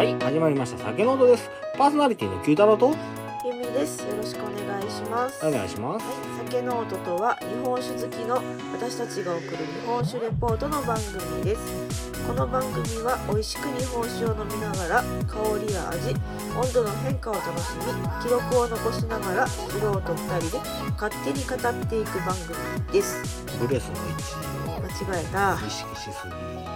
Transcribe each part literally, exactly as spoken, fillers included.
はい始まりました酒の音です。パーソナリティの九太郎とゆみです。よろしくお願いします。 お願いします。 はい、酒の音とは日本酒好きの私たちが送る日本酒レポートの番組です。この番組は美味しく日本酒を飲みながら香りや味、温度の変化を楽しみ、記録を残しながら素人ふたりで勝手に語っていく番組です。 ブレスの位置を間違えた。 意識しす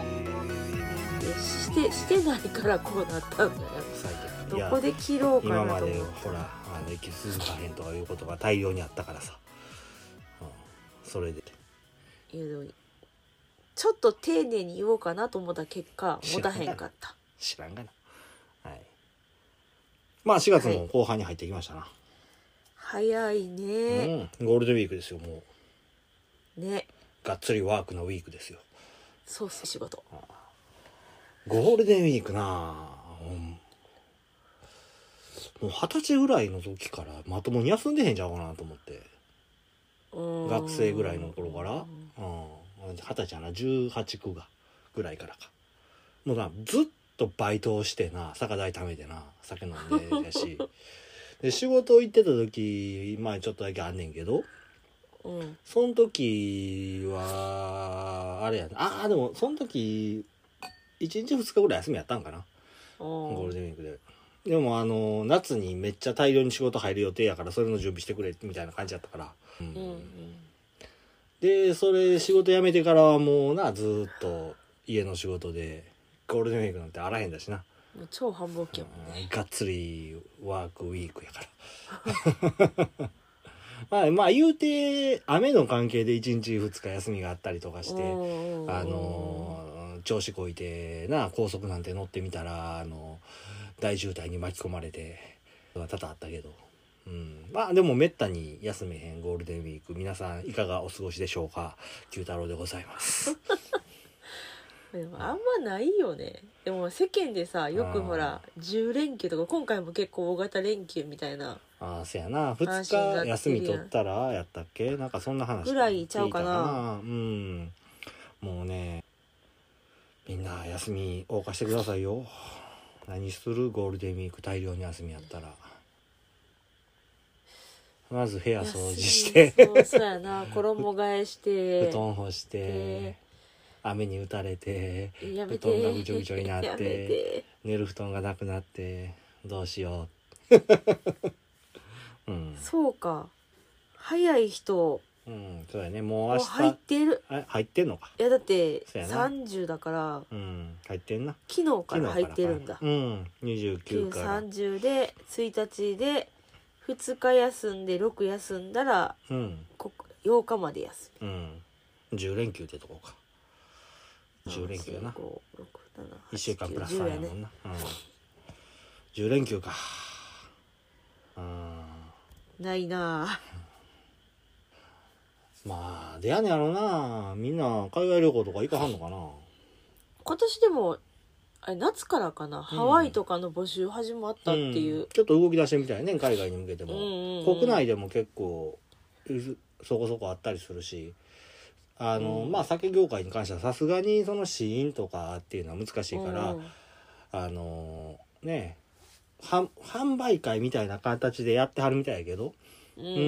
してしてないからこうなったんだよ。どこで切ろうかなと思って。 今までほらあの息続かへんとかいうことが大量にあったからさ、うん、それでいやでもちょっと丁寧に言おうかなと思った結果持たへんかった。 知らんがな。はい。まあしがつも後半に入ってきましたな。 はい、早いね、 うん、ゴールデンウィークですよ。もうね、 がっつりワークのウィークですよ。 そうっす、仕事。 ゴールデンウィークな、うん、もう二十歳ぐらいの時からまともに休んでへんちゃうかなと思って。学生ぐらいの頃から、うん、二十歳やな、じゅうはち、きゅうがぐらいからか。もうなずっとバイトをしてな、酒代貯めてな、酒飲んでやしで仕事行ってた時前ちょっとだけあんねんけど、うん、その時はあれやな、ああでもその時いちにちふつかぐらい休みやったんかな、ゴールデンウィークで。でもあの夏にめっちゃ大量に仕事入る予定やからそれの準備してくれみたいな感じやったから、うんうんうん、でそれ仕事辞めてからはもうなずっと家の仕事でゴールデンウィークなんてあらへんだしな。 もう超繁忙期やもんね、 うん、がっつりワークウィークやからまあまあ言うて雨の関係でいちにちふつか休みがあったりとかして、あの調子こいてな高速なんて乗ってみたらあの大渋滞に巻き込まれて多々あったけど、うん、まあでもめったに休めへんゴールデンウィーク、皆さんいかがお過ごしでしょうか。九太郎でございますでもあんまないよね。でも世間でさよくほらじゅう連休とか今回も結構大型連休みたいな、 ああせやな、ふつか休み取ったらやったっけ、なんかそんな話ぐらいちゃうかな。 うん、もうねみんな休み謳歌してくださいよ。何するゴールデンウィーク大量に休みやったらまず部屋掃除してそうそうやな衣替えして布団干して雨に打たれて布団がぐちょぐちょになって寝る布団がなくなってどうしよう、うん、 そうか早い人、 うん、そうやね、もう明日入ってる、 入ってんのか。 いやだってさんじゅうだから、 うん、入ってんな。 昨日から入ってるんだ。 うん、にじゅうきゅうからさんじゅうでついたちでふつか休んでろく休んだら、うん、こようかまで休み、うん、じゅう連休ってとこか。じゅう連休やな。いっしゅうかんプラスさんやもんな、ね、うん、じゅう連休か。 うん、ないなまあでやねやろな、みんな海外旅行とか行かはんのかな。 今年でもあれ夏からかな、うん、ハワイとかの募集始まったっていう、 うん、ちょっと動き出してみたいね、海外に向けても、うんうんうん、国内でも結構そこそこあったりするし、あの、うん、まあ酒業界に関してはさすがにその試飲とかっていうのは難しいから、うん、あのね販売会みたいな形でやってはるみたいやけど、うんうんうん、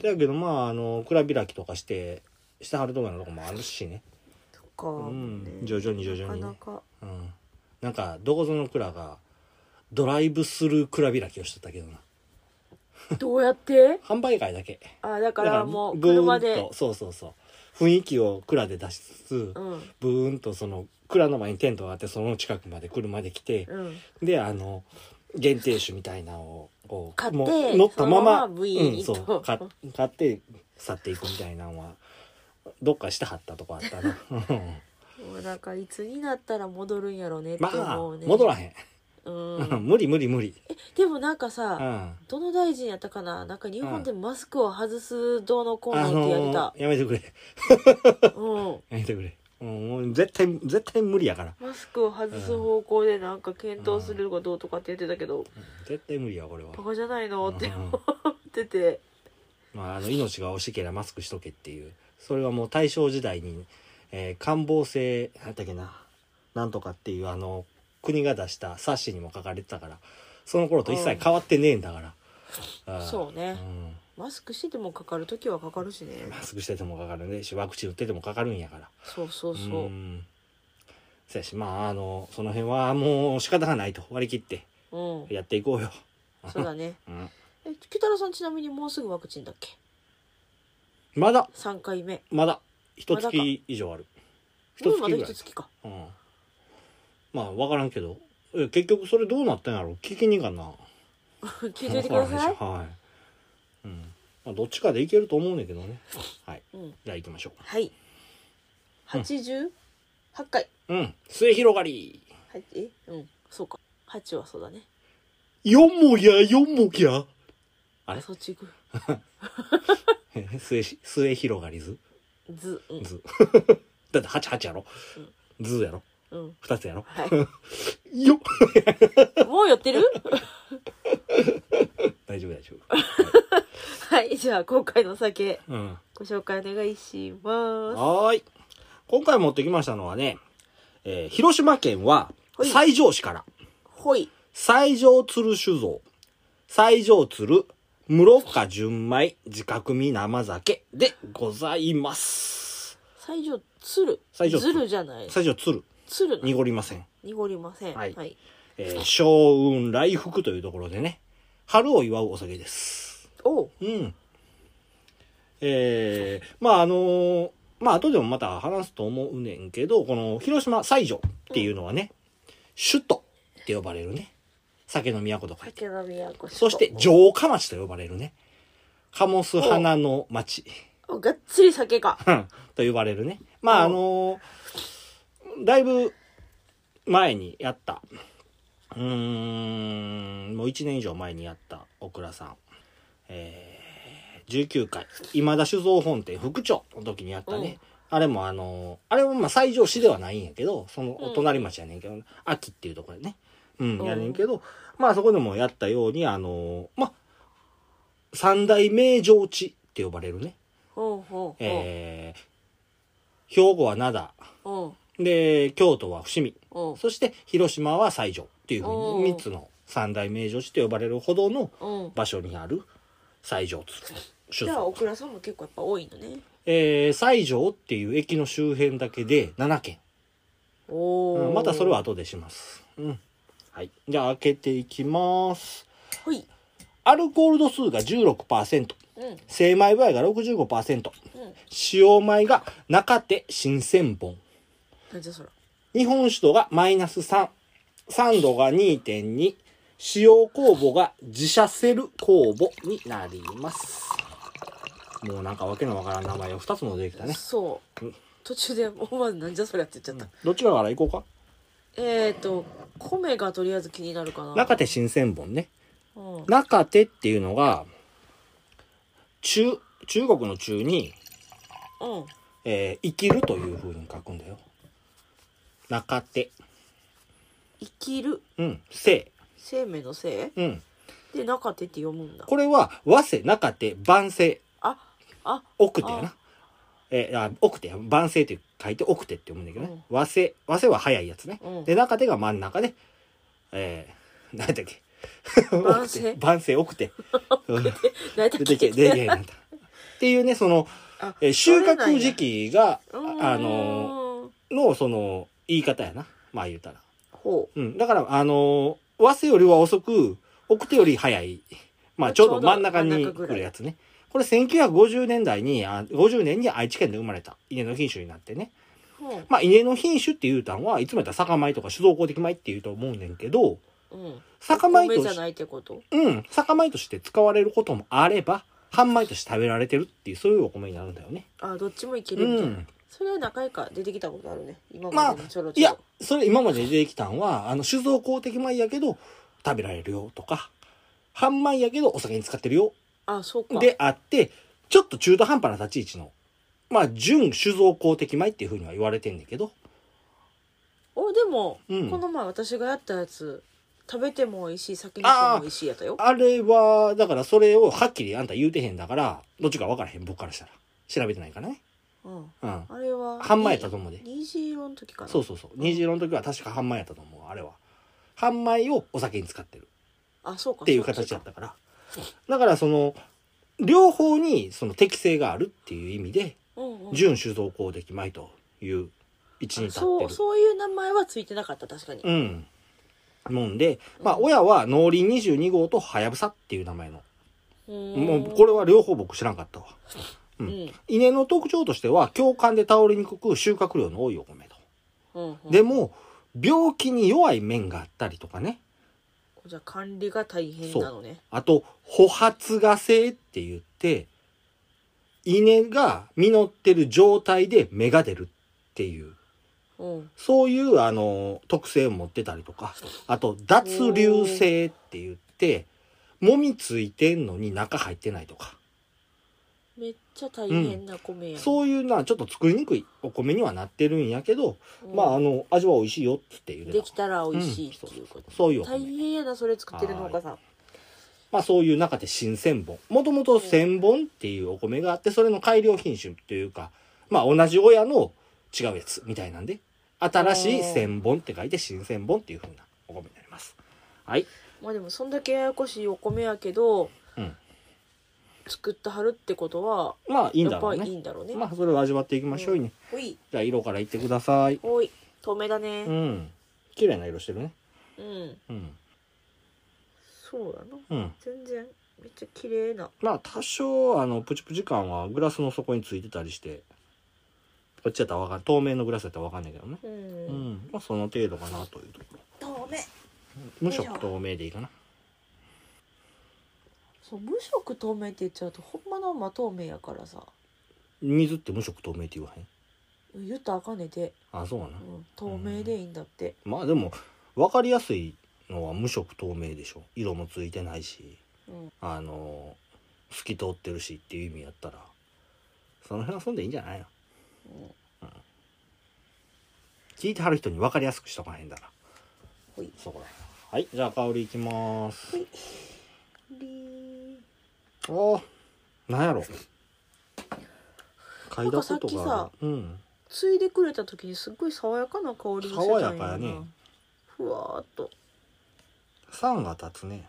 だけどまああの蔵開きとかしてしてはるところのとこもあるしね。 とか、 うん、徐々に徐々に、ね、 なかなか、 うん、なんかどこぞの蔵がドライブスルー蔵開きをしとったけどな。 どうやって販売会だけ。 あだからもう車でそうそうそう雰囲気を蔵で出しつつ、うん、ブーンとその蔵の前にテントがあってその近くまで車で来て、うん、であの限定酒みたいなのをこう買って乗ったまま、 うん、 そう買って去っていくみたいなのはどっかしてはったとこあったな。もうなんかいつになったら戻るんやろうねって思うね。 まあ戻らへん。うん、無理無理無理。 えでもなんかさ、うん、どの大臣やったかな、なんか日本でマスクを外すどうのこうのってやってた、あのー、やめてくれうん、やめてくれ、うん、もう絶対絶対無理やから。 マスクを外す方向でなんか検討するかどうとかって言ってたけど、うん、 絶対無理やこれは。 バカじゃないのって思ってて、 まあ、あの命が惜しければマスクしとけっていう、それはもう大正時代に、えー、感冒性なんだっけななんとかっていうあの国が出した冊子にも書かれてたから、その頃と一切変わってねえんだから。あそうね、 ん、 マスクしててもかかる時はかかるしね。 マスクしててもかかるねし、ワクチン打っててもかかるんやから。 そうそうそう。 うんそうやし、まああのその辺はもう仕方がないと割り切ってうん。 やっていこうよ。 そうだね。 うんえ、北太郎さんちなみにもうすぐワクチンだっけ？ まださんかいめ。 まだ一まだか月以上ある。 もうまだぐらい一月か。 うん、まあ分からんけど、え結局それどうなったんやろ、聞きに行かんな。 聞いといてください。 はい、うん、まあ、どっちかでいけると思うねんけどね。はい、 うん、 じゃあ行きましょはい。はちじゅうはちかい。 う。うん末広がり。 はえうんそうか。はちはそうだね。 よもやよもやあれそっち行く。 末末広がりずずうんずだってはちはちやろ、うん、ずやろうんふたつやろ。 はいよもう寄ってる？ 大丈夫大丈はいじゃあ今回の酒夫。うんご紹介お願いします。 はーい。今回持ってきましたのはね、えー広島県ははい西条市からほい。 西条鶴酒造西条鶴室賀純米自家組生酒でございます。 西条つる。 西条ずるじゃない。 西条鶴つるな。 濁りません。 濁りません。 はいはい。 えー、勝運来福というところでね、春を祝うお酒です。 おう。 うん。えー、まああのーまあ後でもまた話すと思うねんけど、この広島西条っていうのはね、首都って呼ばれるね、酒の都と書いて、 酒の都。 そして城下町と呼ばれるね、醸す花の町おがっつり酒か。 と呼ばれるね。まああのーだいぶ前にやった、うーん、もういちねん以上前にやった大倉さん、えーじゅうきゅうかい今田酒造本店副長の時にやったね、うん、あれもあのー、あれもまあ西条市ではないんやけど、そのお隣町やねんけど、うん、秋っていうところでね、うん、やねんけど、まあそこでもやったように、あのー、まあ三大名城地って呼ばれるね、 ほうほうほう、 えー、兵庫は灘で、京都は伏見、そして広島は西条っていうふうにみっつの三大名城地と呼ばれるほどの場所にある西条鶴。 じゃあ小倉さんも結構やっぱ多いのね。 えー、西条っていう駅の周辺だけでななけん。 おー、 うん、またそれは後でします。うん。はい。じゃあ開けていきます。 はい。 アルコール度数が じゅうろくパーセント。 うん、 精米部合が ろくじゅうごパーセント。 うん、 使用米が中手新鮮本。 なんじゃそら。 日本酒度がマイナスさん。酸度が にてんに。使用酵母が自社セル酵母になります。もうなんかわけのわからん名前をふたつも出てきたね。 そう、うん、途中で思わずなんじゃそりゃって言っちゃった、うん、 どちらから行こうか。 えーと米がとりあえず気になるかな。 中手新鮮本ね、 うん、 中手っていうのが中中国の中に、 うんえー、生きるという風に書くんだよ。中手生きる、 うん生生命の生、 うん、 で中手って読むんだ。 これは和声中手万声、 ああ奥手やな、えー、あ奥手や万声って書いて奥手って読むんだけどね、うん、和声和声は早いやつね、うん、で中手が真ん中で、えー、何だっけ万声万声奥手何だっけ出てけ出てけなんだっていうね、その、えー、収穫時期があののその言い方やな、まあ言うたら。 ほう、 うん、だからあの和声よりは遅く奥手より早い、まあちょうど真ん中に来るやつね。これせんきゅうひゃくごじゅうねんだいにあごじゅうねんに愛知県で生まれた稲の品種になってね、うん、まあ稲の品種っていうたんはいつもやったら酒米とか酒造公的米っていうと思うねんけど、 うん、 酒米と米じゃないってこと？ うん酒米として使われることもあれば半米として食べられてるっていうそういうお米になるんだよね。 あどっちもいけるみたいな、うん、それは何回か出てきたことあるね今までのちょろちょろ、まあ、 いやそれ今まで出てきたんはあの酒造公的米やけど食べられるよとか半米やけどお酒に使ってるよあそうかであってちょっと中途半端な立ち位置のまあ純酒造公的米っていうふうには言われてんだけど、 おでも、うん、この前私がやったやつ食べても美味しい酒にしても美味しいやったよ。 あ, あれはだからそれをはっきりあんた言うてへんだからどっちか分からへん、僕からしたら調べてないからね。うん、うん、あれは半米やったと思うで。 虹色の時かな。 そうそうそう、虹色の時は確か半米やったと思うあれは。 半米をお酒に使ってるあそうかっていう形だったから、だからその両方にその適性があるっていう意味で、 うんうん、 純酒造鉱石米という位置に立ってる。 そうそういう名前はついてなかった確かに。 うんもんで、まあ、 うん親は農林にじゅうに号とはやぶさっていう名前の、 うーんもうこれは両方僕知らんかったわ。ううんん稲の特徴としては強寒で倒れにくく収穫量の多いお米と。 うんうん、 でも病気に弱い面があったりとかね、 じゃあ管理が大変なのね。 あと穂発芽性って言って稲が実ってる状態で芽が出るっていう、 うん、 そういうあの特性を持ってたりとか、あと脱粒性って言ってもみついてんのに中入ってないとか、 めっちゃ大変な米や、ん、 そういうのはちょっと作りにくいお米にはなってるんやけど、 うん、 まああの味は美味しいよっつって言うてた。 できたら美味しいっていうこと、 うん、そうそういうお米大変やなそれ作ってる農家さん。 まあそういう中で新千本。もともと千本っていうお米があって、それの改良品種っていうか、まあ同じ親の違うやつみたいなんで、新しい千本って書いて新千本っていう風なお米になります。はい。 まあでもそんだけややこしいお米やけど、 うん。 作ってはるってことは、 まあいいんだろうやっぱりいいね。 んだろうね。 まあそれを味わっていきましょうね。 ほい。 じゃあ色からいってください。 ほい。透明だね。 うん。綺麗な色してるね。 うん。 うん。 そうだな。 うん。 全然めっちゃ綺麗な。 まあ多少あのプチプチ感はグラスの底についてたりして、こっちやったらわかん透明のグラスやったらわかんないけどね。 うん。 うん。まあその程度かなというところ。 透明。 無色透明でいいかな。 そう無色透明って言っちゃうとほんまの真透明やからさ。 水って無色透明って言わへん？ 言ったらあかんねんて。 あ、そうかな。 うん、透明でいいんだって。 まあでも分かりやすいのは無色透明でしょ。色もついてないし、 うん、 あの透き通ってるしっていう意味やったらその辺はそんでいいんじゃないの、 うんうん、聞いてはる人に分かりやすくしとかへんだら。 ほい。 そこら辺。はい、じゃあ香りいきます。 ほい。りーおー、なんやろ、嗅いだことがある。 なんかさっきさうんついでくれた時にすっごい爽やかな香りがしてたん爽ややかやね。 ふわーっと。 酸が立つね。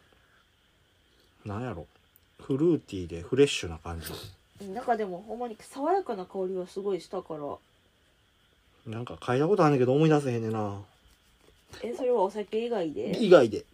なんやろ、フルーティーでフレッシュな感じ。 なんかでもほんまに爽やかな香りはすごいしたから。 なんか嗅いだことあるんだけど思い出せへんねんな。 えそれはお酒以外で？ 以外で。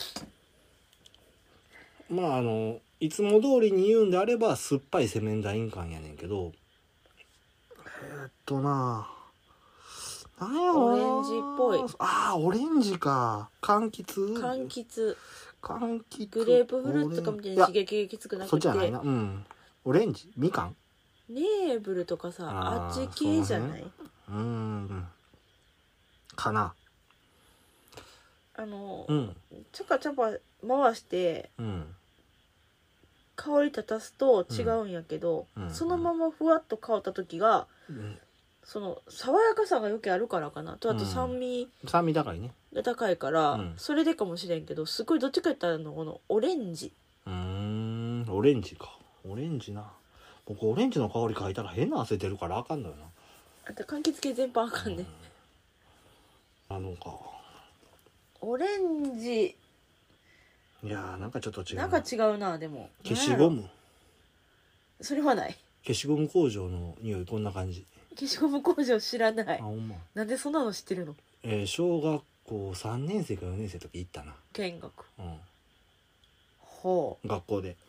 まああのいつも通りに言うんであれば酸っぱいセメンダイン感やねんけど、えー、っとななんやろな、 オレンジっぽい。 ああオレンジか。柑橘柑橘柑橘グレープフルーツとかみたいな刺激がきつくなくて、 そっちじゃないな。うんオレンジみかんネーブルとかさあーあっち系じゃない？ うーんかな。 あの、 うんちょかちょか回してうん香り立たすと違うんやけど、 うんそのままふわっと香った時が、 うんその爽やかさが余計あるからかなと、あと酸味酸味高いね。 が高いから、 うんそれでかもしれんけどすごいどっちか言ったらのこのオレンジ。 うーんオレンジか。オレンジな。僕オレンジの香り嗅いたら変な汗出るからあかんのよな。 あと柑橘系全般あかんね、 うん、あのかオレンジいやーなんかちょっと違うなんか違うな。でも消しゴムそれはない。 消しゴム工場の匂いこんな感じ。 消しゴム工場知らなあい。 ほんま。 なんでそんなの知ってるの？ えー、小学校さんねん生かよねん生の時行ったな。 見学。 うほん学校で、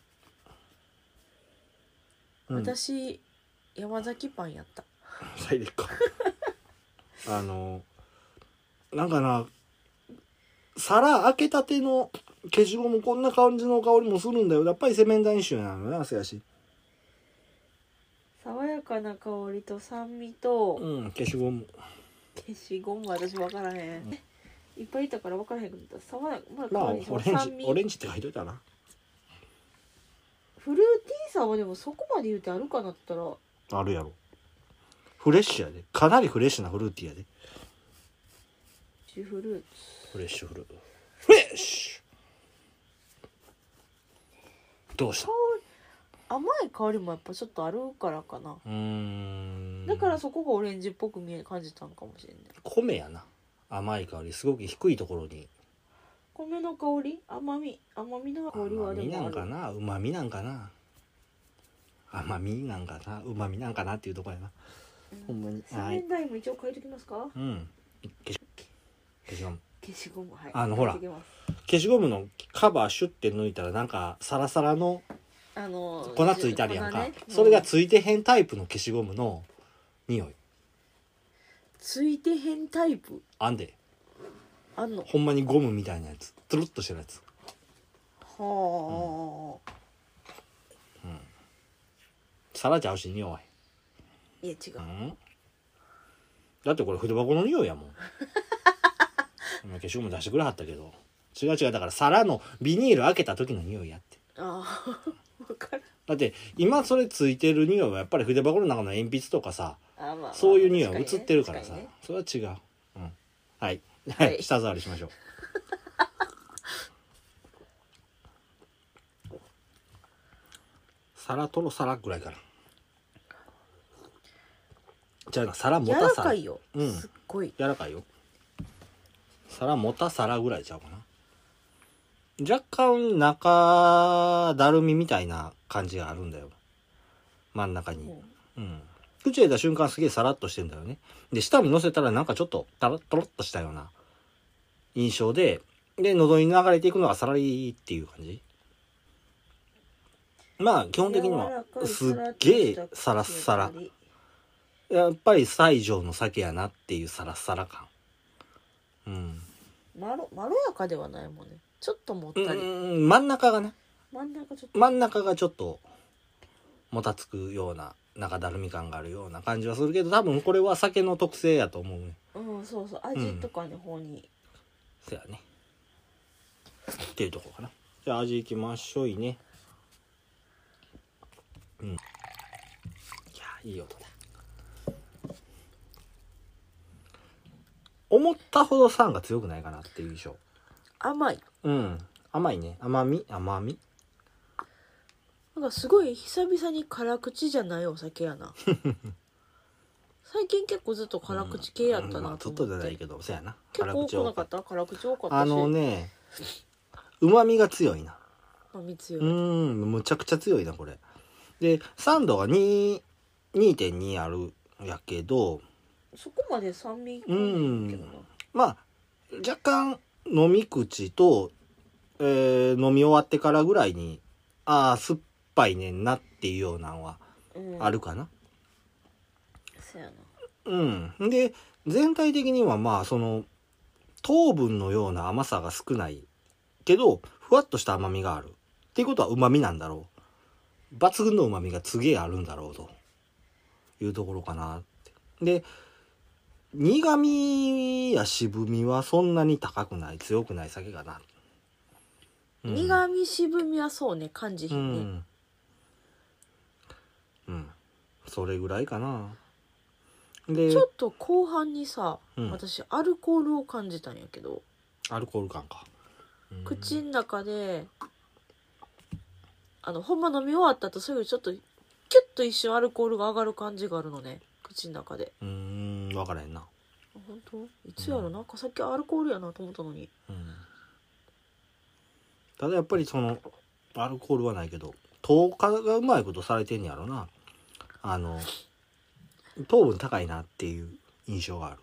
う、 うん、 私山崎パンやった。 最悪かあのなんかな皿開けたての消しゴムこんな感じの香りもするんだよ。やっぱりセメンダイン臭なのね汗やし。 爽やかな香りと酸味と、 うん消しゴム消しゴム私分からへん、うん、いっぱいいたから分からへんけど爽やか、まあ、 まあオレンジ酸味オレンジって書いといたな。 フルーティーさはでもそこまで言うてあるかなったらあるやろ。フレッシュやで。かなりフレッシュなフルーティーやで。 シフルーツフレッシュフルフレッシュどうした？ 甘い香りもやっぱちょっとあるからかな。 うーんだからそこがオレンジっぽく見え感じたんかもしれない。 米やな。 甘い香りすごく低いところに。 米の香り、甘み甘みの香りは甘みでもある。 なんかな、うまみなんかな、甘みなんかな、うまみなんかなっていうところやな、ほんまに。 洗面台も一応書いておきますか。 うん。消し消しゴム。 消しゴム、はい。 あのほら書いておきます。 消しゴムのカバーシュッて抜いたらなんかサラサラのあの粉ついてあるやんか、 粉ねそれがついてへんタイプの消しゴムの匂いついてへんタイプあんで、 あんの。 ほんまにゴムみたいなやつ、トゥルッとしてるやつ。 はあ、 サラちゃうし匂わいや違う、 へん、うん、だってこれ筆箱の匂いやもん今消しゴム出してくれはったけど、違う違う、だから皿のビニール開けた時の匂いやって。 ああ分かる。 だって今それついてる匂いはやっぱり筆箱の中の鉛筆とかさ、 あ、まあまあ、 そういう匂いは移ってるからさ、 確かにね、 それは違う。うん、はい、 ははいい、舌触りしましょう。皿とろ皿ぐらいかな。じゃあ皿も柔らた皿、 かいよ、 うんすっごい。 柔らかいよ。皿もた皿ぐらいちゃうかな。若干中だるみみたいな感じがあるんだよ、真ん中に。うん口入れた瞬間すげえサラッとしてんだよね。で舌に乗せたらなんかちょっとタラットロッとしたような印象で、で喉に流れていくのがサラリーっていう感じ。まあ基本的にはすっげえサラッサラ、やっぱり西条の酒やなっていうサラッサラ感。うんまろまろやかではないもんね、ちょっともったり。 うん真ん中がね、 真ん中ちょっと真ん中がちょっともたつくような中だるみ感があるような感じはするけど、多分これは酒の特性やと思うね。 うん、そうそう、味とかの方に、 そやねっていうところかな。じゃあ味いきましょいね。うん、いやいい音だ。思ったほど酸が強くないかなっていう印象。 甘い。 うん甘いね、甘み甘み。 なんかすごい久々に辛口じゃないお酒やな最近結構ずっと辛口系やったうんまあなと思って、 ずっとじゃないけどそやな。 結構多くなかっった辛口多かったし、 あのねうまみが強いな。 甘み強い。 うんむちゃくちゃ強いなこれで。酸度がに にてんに あるやけど、 そこまで酸味う感じるけどんな。 まあ若干飲み口と、えー飲み終わってからぐらいにああ酸っぱいねんなっていうようなのはうん、 あるかな。 そうやな。 うんで全体的にはまあその糖分のような甘さが少ないけどふわっとした甘みがあるっていうことはうまみなんだろう。抜群のうまみがすげえあるんだろうというところかなって。で苦味や渋みはそんなに高くない強くない酒かな。うん、 苦味渋みはそうね感じひね、 うんん、うん、それぐらいかな。でちょっと後半にさ、 うん私アルコールを感じたんやけど、 アルコール感か。うん口の中であのほんま飲み終わった後すぐちょっとキュッと一瞬アルコールが上がる感じがあるのね口の中で。 うーん分からへんな。 あ本当いつやろ、 うんなんかさっきアルコールやなと思ったのに。 うんただやっぱりそのアルコールはないけど糖化がうまいことされてんやろな。あの糖分高いなっていう印象がある。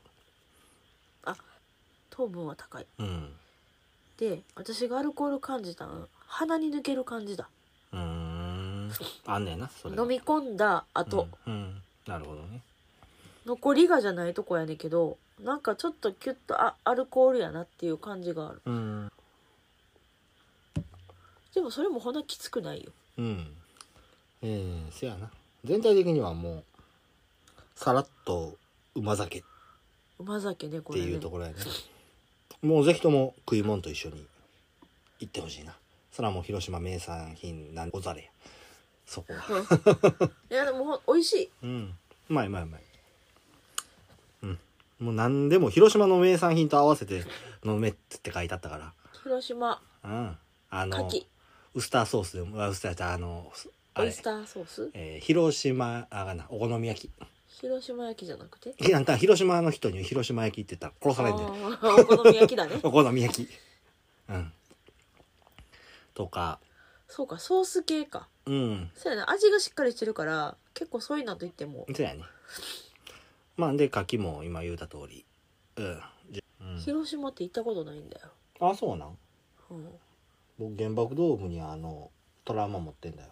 糖分は高い。 うんで私がアルコール感じたの鼻に抜ける感じだ。 うーんあんねんなそれが飲み込んだ後、 うん、うん、なるほどね。 残りがじゃないとこやねんけど、なんかちょっとキュッとあアルコールやなっていう感じがある。 うんでもそれもほんなきつくないよ。 うんえー、せやな。全体的にはもうさらっと馬酒っ馬酒ねこてれね。 いうところやね。もうぜひとも食い物と一緒に行ってほしいな。それはもう広島名産品なんござれやそこは。 いやでもほん美味しい。 うんうまいうまいうまい。うんもう何でも広島の名産品と合わせて飲めって書いてあったから。 広島うんあの牡蠣ウスターソースでもウスターじゃあのあれオイスターソース、 えー広島あがなお好み焼き広島焼きじゃなくて、 ひなんか広島の人に広島焼きって言ったら殺されんだよ。 あーお好み焼きだねお好み焼き。うん。とか。 そうか、ソース系か。 うん。 そうやな、味がしっかりしてるから結構そういうのと言っても。 そうやね。まあで牡蠣も今言うた通り。うん。うん、 広島って行ったことないんだよ。 あ、そうなん。 うん、 僕原爆ドームにあのトラウマ持ってんだよ。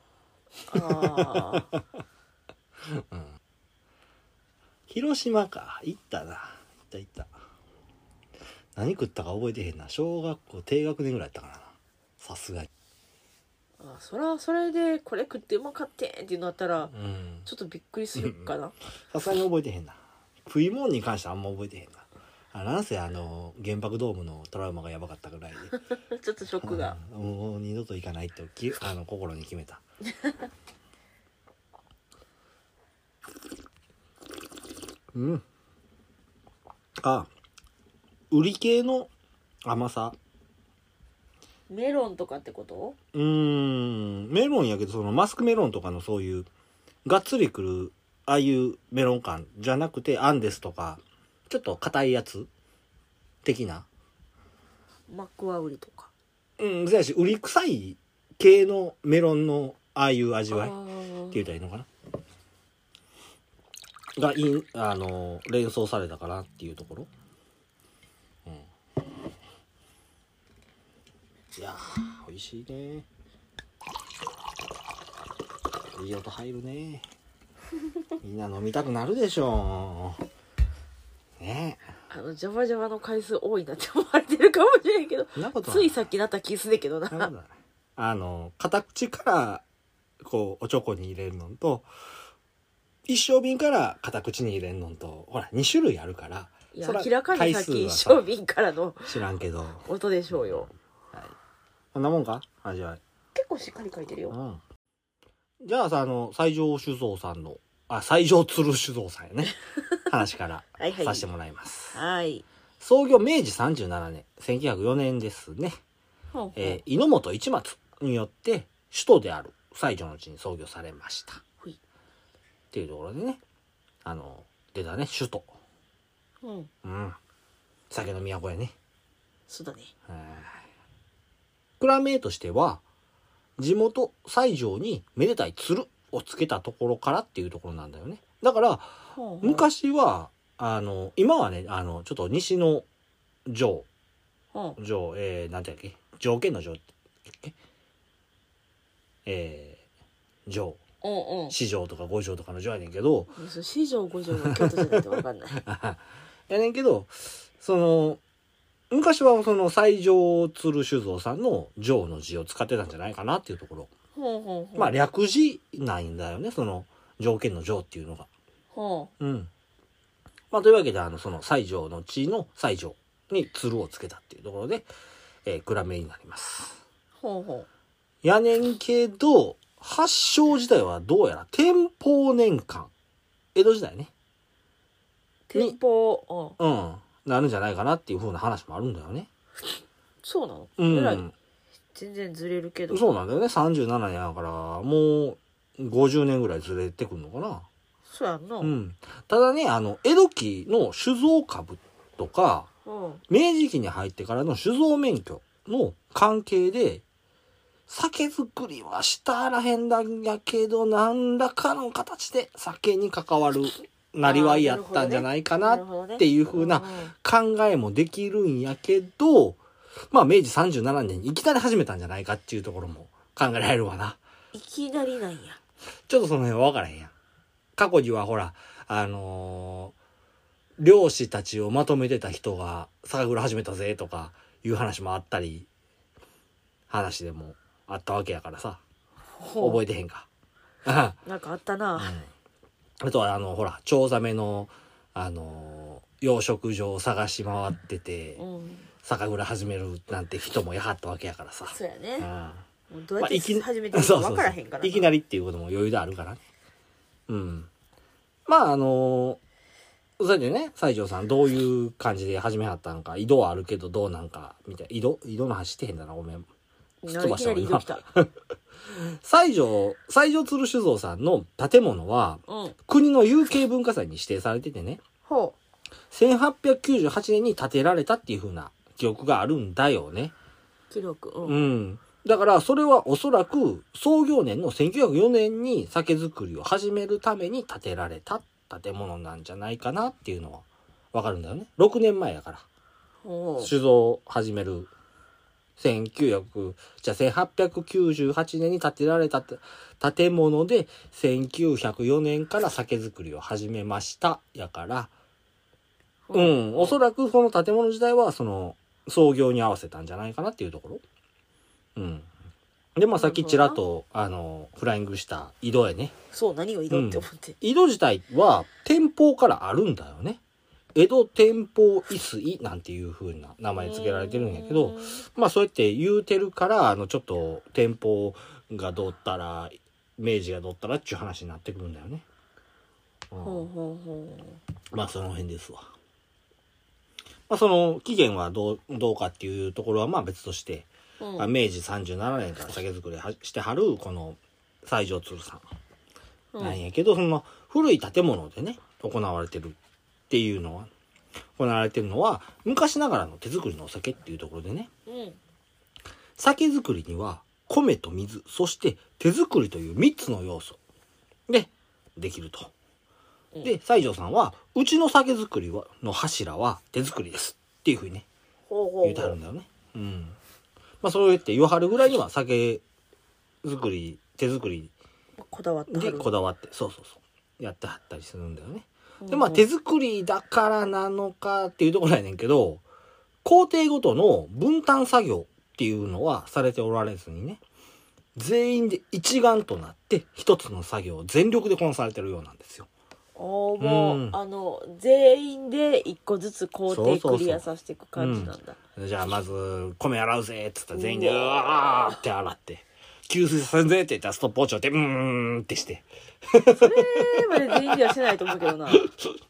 ああ。 うん。広島か、行ったな。行った行った。何食ったか覚えてへんな。小学校低学年ぐらいやったかな。さすがに。 あ、そらそれでこれ食ってうまかってんっていうのあったら、 うん、 ちょっとびっくりするかな。 さすがに覚えてへんな。食い物に関してはあんま覚えてへんな。あ、なんせあの原爆ドームのトラウマがやばかったぐらいでちょっとショックが、 うん、もう二度と行かないときあの心に決めた。うん。あ、売り系の甘さ。 メロンとかってこと？ うーん、メロンやけどそのマスクメロンとかのそういうがっつりくるああいうメロン感じゃなくて、アンデスとかちょっと硬いやつ的な。 マックワウリとか。 うん、そうやし売り臭い系のメロンのああいう味わいって言うたらいいのかながいい、あの連想されたかなっていうところ。うん、いやー美味しいね。いい音入るね。みんな飲みたくなるでしょうね。 あのジャバジャバの回数多いなって思われてるかもしれんけど、ついさっきなった気するけどな。 なあの片口からこうおちょこに入れるのと一升瓶から片口に入れるのと、ほらに種類あるから。 いや明らかにさっき一升瓶からの知らんけど音でしょうよ。 はい、こんなもんか味わい。 結構しっかり書いてるよ。 うん、じゃあさ、あの西条酒造さんのあ西条鶴酒造さんやね話からはい、はい、 させてもらいます。 はい。 創業明治さんじゅうななねん、せんきゅうひゃくよねんですね。 ほうほう、 えー、猪本市松によって首都である西条の地に創業されました。 ほいっていうところでね、あの出たね首都。 うん、 うん、酒の都やね。 そうだね。 蔵名としては地元西条にめでたい鶴をつけたところからっていうところなんだよね。だからほうほう、 昔はあの今はね、あのちょっと西の条条、えー、なんてやっけ、条件の条ってえー、条、 うんうん、 四条とか五条とかの条やねんけど、 四条五条が京都じゃないと分かんないやねんけど、その昔はその西条鶴酒造さんの条の字を使ってたんじゃないかなっていうところ。 ほうほうほう、 まあ略字なんだよね、その条件の条っていうのが。 ほう。うん。まあというわけで、あのその西条の地の西条に鶴をつけたっていうところで、えー、蔵名になります。 ほうほう。やねんけど発祥自体はどうやら天保年間、江戸時代ね。 天保、 うん、うん、なるんじゃないかなっていう風な話もあるんだよね。 そうなの？ うん。 えらい全然ずれるけど。 そうなんだよね。さんじゅうななねんやからもうごじゅうねんぐらいずれてくるのかな。 そうやんな。 うん。ただね、あの江戸期の酒造株とか、 うん、 明治期に入ってからの酒造免許の関係で酒造りはしたあらへんだんやけど、何らかの形で酒に関わるなりわいやったんじゃないかなっていう風な考えもできるんやけど、まあ明治さんじゅうななねんにいきなり始めたんじゃないかっていうところも考えられるわな。 いきなりなんや。 ちょっとその辺は分からへんやん。過去にはほら、あのー、漁師たちをまとめてた人が酒蔵始めたぜとかいう話もあったり、話でもあったわけやからさ。覚えてへんか。 なんかあったな。 うん、あとはあのほらチョウザメのあのー、養殖場を探し回ってて、うん、酒蔵始めるなんて人もやはったわけやからさ。 そうやね。うん、もうどうやって始めてるか分からへんからな。いきなりっていうことも余裕であるからね。うん。まああのー、それでね、西条さんどういう感じで始めはったんか、井戸はあるけどどうなんかみたいな、井戸井戸の話してへんだな、ごめん。 いきなり移動来た。 西条、西条鶴酒造さんの建物は、 うん。 国の有形文化財に指定されててね、 ほせんはっぴゃくきゅうじゅうはちねんに建てられたっていう風な記憶があるんだよね。 う。記録。う。 うんん。だからそれはおそらく創業年のせんきゅうひゃくよねんに酒造りを始めるために建てられた建物なんじゃないかなっていうのはわかるんだよね。ろくねんまえやから。 ほう。 酒造を始める。せんきゅうひゃく、じゃあせんはっぴゃくきゅうじゅうはちねんに建てられた建物でせんきゅうひゃくよねんから酒造りを始めましたやから、うん、おそらくこの建物自体はその創業に合わせたんじゃないかなっていうところ。うん。で、まあさっきちらっと、あの、フライングした井戸へね。 そう、何を移動って思って。 井戸自体は天保からあるんだよね。江戸天保伊水なんていう風な名前付けられてるんやけど、まあそうやって言うてるから、あのちょっと天保がどうったら、明治がどうったらっていう話になってくるんだよね。うん、 ほうほうほうまあその辺ですわ。まあその期限はどう、どうかっていうところはまあ別として、 う。うん。 まあ、明治さんじゅうななねんから酒造りはしてはるこの西条鶴さんなんやけど、その古い建物でね、行われてる。っていうのは行われてるのは昔ながらの手作りのお酒っていうところでね、 うん。 酒造りには米と水そして手作りというみっつの要素でできると。 うん、 で西条さんはうちの酒造りはの柱は手作りですっていうふうにねほうほうほう。 言うてはるんだよね。うん。まあそうやって言わはるぐらいには酒造り手作りこだわってはでる。 こだわってそうそうそうやってはったりするんだよね。 うんうん。 で、まあ手作りだからなのかっていうところやねんけど、工程ごとの分担作業っていうのはされておられずにね、全員で一丸となって一つの作業を全力でこなされてるようなんですよ。 おーもう、 うんあの、全員で一個ずつ工程そうそうそうクリアさせていく感じなんだ。 じゃあまず米洗うぜっつったら全員でうわーって洗って、給水させんぜって言ったらストップウォッチをってうーんってして。 それまで全員ではしないと思うけどな。い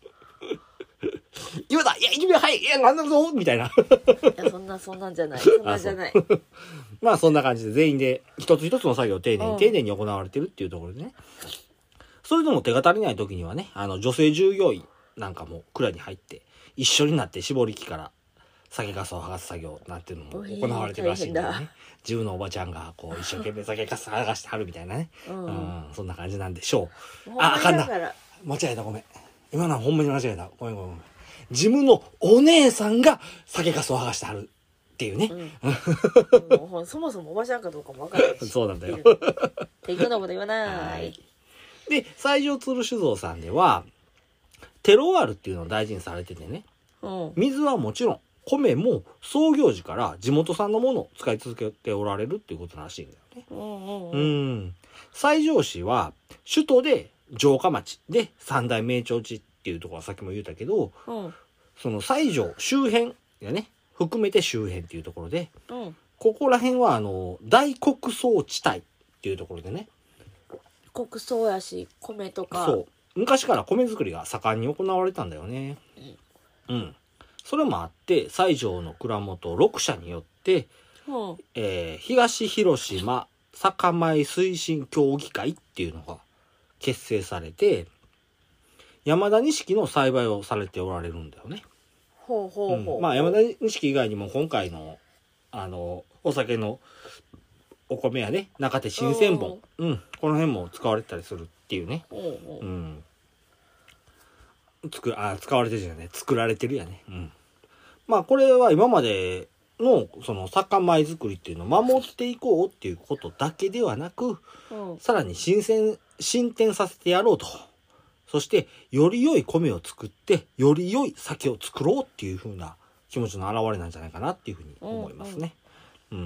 今だいやいちびょうはいいやなんだぞみたいな。 や、そんな、そんなんじゃない。そんなんじゃない。 まあそんな感じで全員で一つ一つの作業を丁寧うんに丁寧に行われてるっていうところでね。それでも手が足りない時にはね、あの女性従業員なんかも蔵に入って一緒になって絞り器から酒粕を剥がす作業なんていうのも行われてるらしいんだよね。自分のおばちゃんがこう一生懸命酒粕剥がしてはるみたいなね。 うんうん、そんな感じなんでしょう。 ほんまにあ、あかんなだから。 間違えたごめん。今のはほんまに間違えた。ごめんごめんごめん。自分のお姉さんが酒粕を剥がしてはるっていうね。 うん、もうそもそもおばちゃんかどうかもわからないし。 そうなんだよ。 適当なこと言わな。 はいい。で、西条鶴酒造さんでは、テロワールっていうのを大事にされててね、 うん。 水はもちろん、米も創業時から地元産のものを使い続けておられるっていうことらしいんだよね。 うんうんううん。 ん。西条市は、首都で城下町で三大名町地っていうところはさっきも言ったけど、 うん。 その西条周辺やね、含めて周辺っていうところで、 うん。 ここら辺はあの、大穀倉地帯っていうところでね、 国葬やし、米とか。 そう。昔から米作りが盛んに行われたんだよね。うん。それもあって、西条の蔵元ろくしゃによって、 うん。 えー東広島酒米推進協議会っていうのが結成されて、山田錦の栽培をされておられるんだよね。 ほうほうほう。 うん、まあ山田錦以外にも今回の、あの、お酒のお米やね、中手新鮮本、うん、この辺も使われてたりするっていうね。 うんうんうん。つく、あ、使われてるじゃね。作られてるやね。うん。まあこれは今までのその酒米作りっていうのを守っていこうっていうことだけではなく、 うんさらに新鮮、進展させてやろうと。そして、より良い米を作って、より良い酒を作ろうっていう風な気持ちの表れなんじゃないかなっていうふうに思いますね。うん、うん。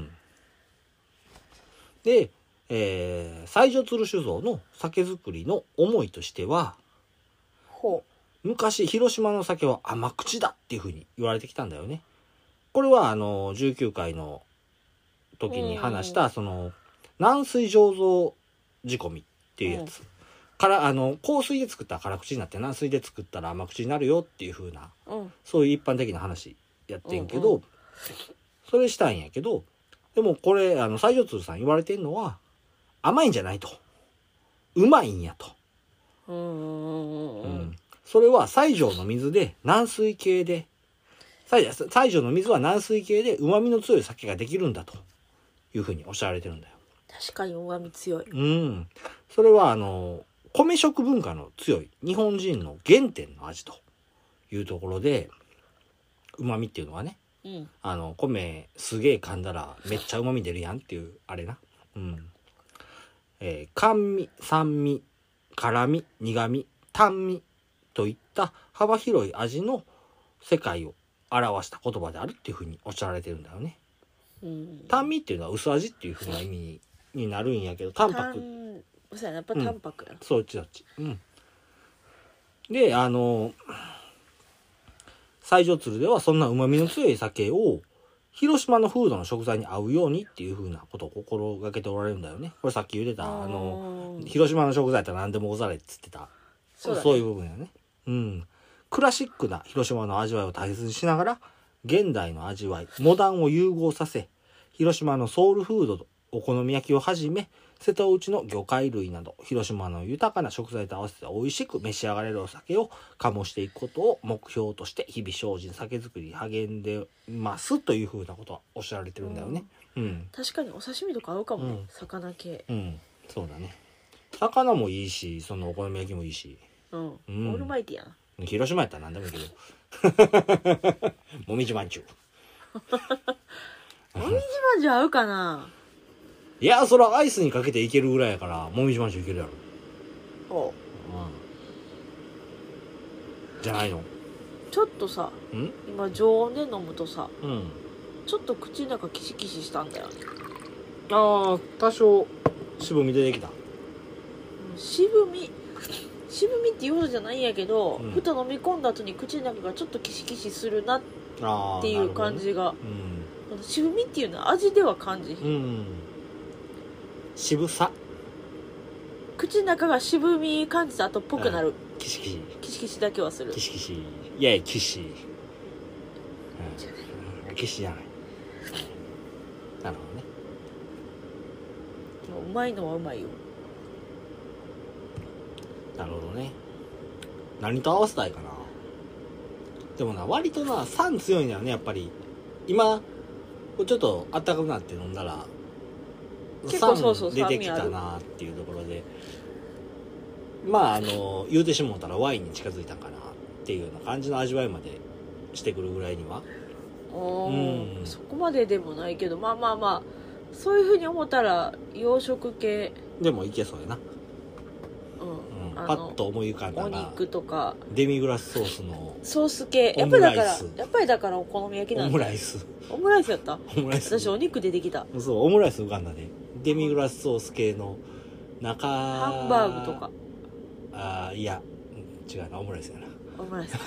で、えー、西条鶴酒造の酒造りの思いとしては、 ほ昔広島の酒は甘口だっていう風に言われてきたんだよね。これはあのじゅうきゅうかいの時に話した、その軟水醸造仕込みっていうやつ、うん、からあの硬水で作ったら辛口になって軟水で作ったら甘口になるよっていう風な、 うん、 そういう一般的な話やってんけど、 うんうん、 それしたんやけど、 でもこれあの西条鶴さん言われてるのは甘いんじゃないと、うまいんやと。 うんうんうんうん、 それは西条の水で軟水系で、西条の水は軟水系で旨味の強い酒ができるんだというふうにおっしゃられてるんだよ。 確かに旨味強い。 うん。それはあの米食文化の強い日本人の原点の味というところで、旨味っていうのはね、 うん、 あの米すげえ噛んだらめっちゃ旨味出るやんっていうあれな。うん。えー、甘味、酸味、辛味、苦味、淡味といった幅広い味の世界を表した言葉であるっていうふうにおっしゃられてるんだよね。 うん、 淡味っていうのは薄味っていうふうな意味に、になるんやけど、淡白。 そうやな、やっぱ淡白や、 うん、そっちそっち。うん。で、あの西条鶴ではそんな旨味の強い酒を広島の風土の食材に合うようにっていう風なことを心がけておられるんだよね。これさっき言ってた、あの、広島の食材って何でもござれっつってた。そう、ね、そういう部分やね。うん。クラシックな広島の味わいを大切にしながら、現代の味わい、モダンを融合させ、広島のソウルフードとお好み焼きをはじめ、瀬戸内の魚介類など広島の豊かな食材と合わせて美味しく召し上がれるお酒を醸していくことを目標として日々精進酒造りに励んでますというふうなことはおっしゃられてるんだよね。うん、うん、 確かにお刺身とか合うかもね、うん、魚系。 うん、そうだね。魚もいいし、そのお好み焼きもいいし、 うん、うん、オールマイティやな。 広島やったら何でもいいけどもみじまんじゅうもみじまんじゅう合うかな。 いや、そらアイスにかけていけるぐらいやからもみじまんじゅういけるやろ。 おう、うん、 じゃないの。 ちょっとさ、ん今常温で飲むとさ、 うん、 ちょっと口の中キシキシしたんだよね。 ああ、多少渋み出てきた。 渋み渋みっていうほどじゃないんやけど、うん、ふと飲み込んだ後に口の中がちょっとキシキシするなっていう感じが、ね、うん、渋みっていうのは味では感じひん、うん、 渋さ、 口の中が渋み感じた後っぽくなる、うん、 キシキシキシキシだけはする。 キシキシ、いやいやキシ、うん、キシじゃない。なるほどね。 でもうまいのはうまいよ。 なるほどね。何と合わせたいかな。でもな、割とな酸強いんだよね、やっぱり。今ちょっと暖かくなって飲んだら酸出てきたなっていうところで、まああの言うてしもうたらワインに近づいたかなっていうような感じの味わいまでしてくるぐらいには、 うん、そこまででもないけど、まあまあまあそういう風に思ったら洋食系でもいけそうやな。パッと思い浮かんだお肉とかデミグラスソースのソース系、やっぱりだからやっぱりだからお好み焼きなんだ。 オムライスオムライスやった。 オムライス、 私お肉出てきた。 そう、オムライス浮かんだね。デミグラスソース系の中ハンバーグとか、 ああ、いや違うな、オムライスやな。 オムライス